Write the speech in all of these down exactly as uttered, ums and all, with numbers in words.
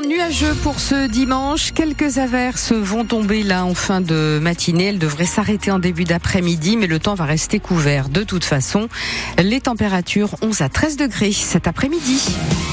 nuageux pour ce dimanche. Quelques averses vont tomber là en fin de matinée. Elles devraient s'arrêter en début d'après-midi, mais le temps va rester couvert. De toute façon, les températures onze à treize degrés cet après-midi.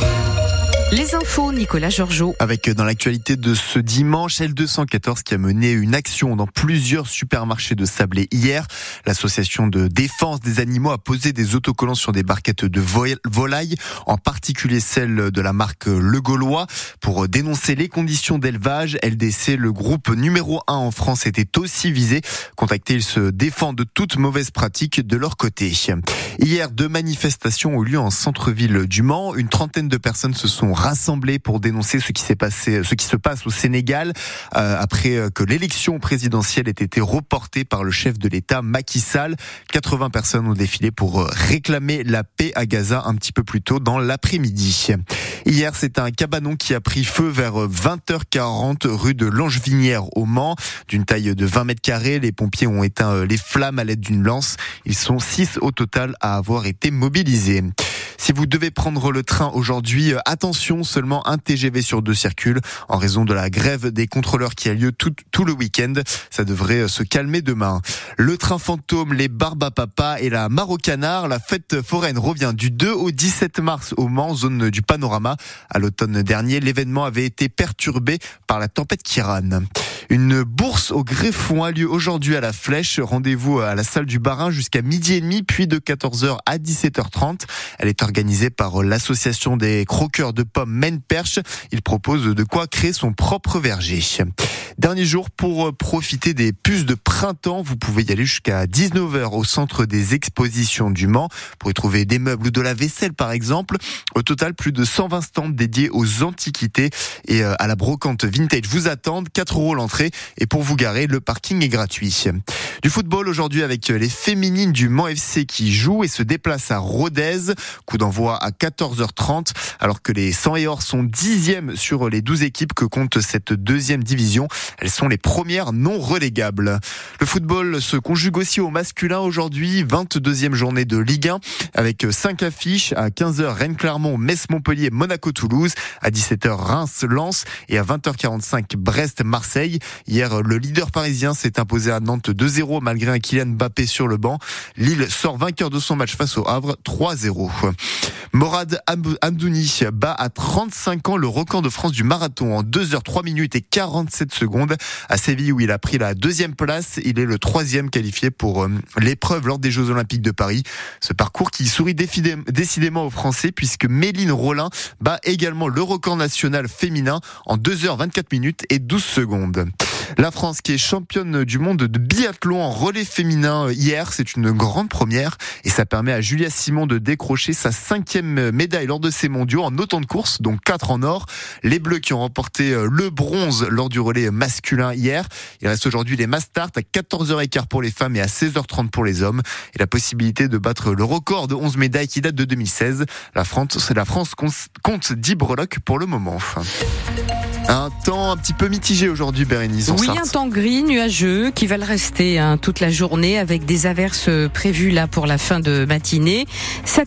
Les infos, Nicolas Georgeot. Avec dans l'actualité de ce dimanche, L deux cent quatorze qui a mené une action dans plusieurs supermarchés de Sablé hier. L'association de défense des animaux a posé des autocollants sur des barquettes de volailles, en particulier celle de la marque Le Gaulois, pour dénoncer les conditions d'élevage. L D C, le groupe numéro un en France, était aussi visé. Contactés, ils se défendent de toute mauvaise pratique de leur côté. Hier, deux manifestations ont eu lieu en centre-ville du Mans. Une trentaine de personnes se sont rassemblés pour dénoncer ce qui s'est passé, ce qui se passe au Sénégal euh, après que l'élection présidentielle ait été reportée par le chef de l'État Macky Sall. quatre-vingts personnes ont défilé pour réclamer la paix à Gaza un petit peu plus tôt dans l'après-midi. Hier, c'est un cabanon qui a pris feu vers vingt heures quarante rue de Langevinière au Mans. D'une taille de vingt mètres carrés, les pompiers ont éteint les flammes à l'aide d'une lance. Ils sont six au total à avoir été mobilisés. Si vous devez prendre le train aujourd'hui, attention, seulement un T G V sur deux circule en raison de la grève des contrôleurs qui a lieu tout, tout le week-end. Ça devrait se calmer demain. Le train fantôme, les barbes à papa et la mare au canard. La fête foraine revient du deux au dix-sept mars au Mans, zone du Panorama. À l'automne dernier, l'événement avait été perturbé par la tempête Kiran. Une bourse au greffon a lieu aujourd'hui à la Flèche. Rendez-vous à la salle du Barin jusqu'à midi et demi, puis de quatorze heures à dix-sept heures trente. Elle est organisée par l'association des croqueurs de pommes Maine-Perche. Il propose de quoi créer son propre verger. Dernier jour pour profiter des puces de printemps. Vous pouvez y aller jusqu'à dix-neuf heures au centre des expositions du Mans pour y trouver des meubles ou de la vaisselle par exemple. Au total, plus de cent vingt stands dédiés aux antiquités et à la brocante vintage vous attendent. quatre euros l'entrée et pour vous garer, le parking est gratuit. Du football aujourd'hui avec les féminines du Mans F C qui jouent et se déplacent à Rodez. Coup d'envoi à quatorze heures trente alors que les cent et or sont dixièmes sur les douze équipes que compte cette deuxième division. Elles sont les premières non relégables. Le football se conjugue aussi au masculin aujourd'hui, vingt-deuxième journée de Ligue un avec cinq affiches à quinze heures Rennes-Clermont, Metz-Montpellier, Monaco-Toulouse, à dix-sept heures Reims-Lens et à vingt heures quarante-cinq Brest-Marseille. Hier, le leader parisien s'est imposé à Nantes deux zéro malgré un Kylian Mbappé sur le banc. Lille sort vainqueur de son match face au Havre trois zéro. Morad Amdouni bat à trente-cinq ans le record de France du marathon en deux heures trois minutes et quarante-sept secondes. À Séville où il a pris la deuxième place, il est le troisième qualifié pour l'épreuve lors des Jeux Olympiques de Paris. Ce parcours qui sourit décidément aux Français puisque Méline Rollin bat également le record national féminin en deux heures vingt-quatre minutes et douze secondes. La France qui est championne du monde de biathlon en relais féminin hier, c'est une grande première et ça permet à Julia Simon de décrocher sa cinquième médaille lors de ces mondiaux en autant de courses, donc quatre en or. Les Bleus qui ont remporté le bronze lors du relais masculin hier. Il reste aujourd'hui les mass start à quatorze heures quinze pour les femmes et à seize heures trente pour les hommes et la possibilité de battre le record de onze médailles qui date de deux mille seize. La France, c'est la France compte dix breloques pour le moment. Un temps un petit peu mitigé aujourd'hui, Bérénice. Oui, un temps gris, nuageux, qui va le rester hein, toute la journée avec des averses prévues là pour la fin de matinée. Ça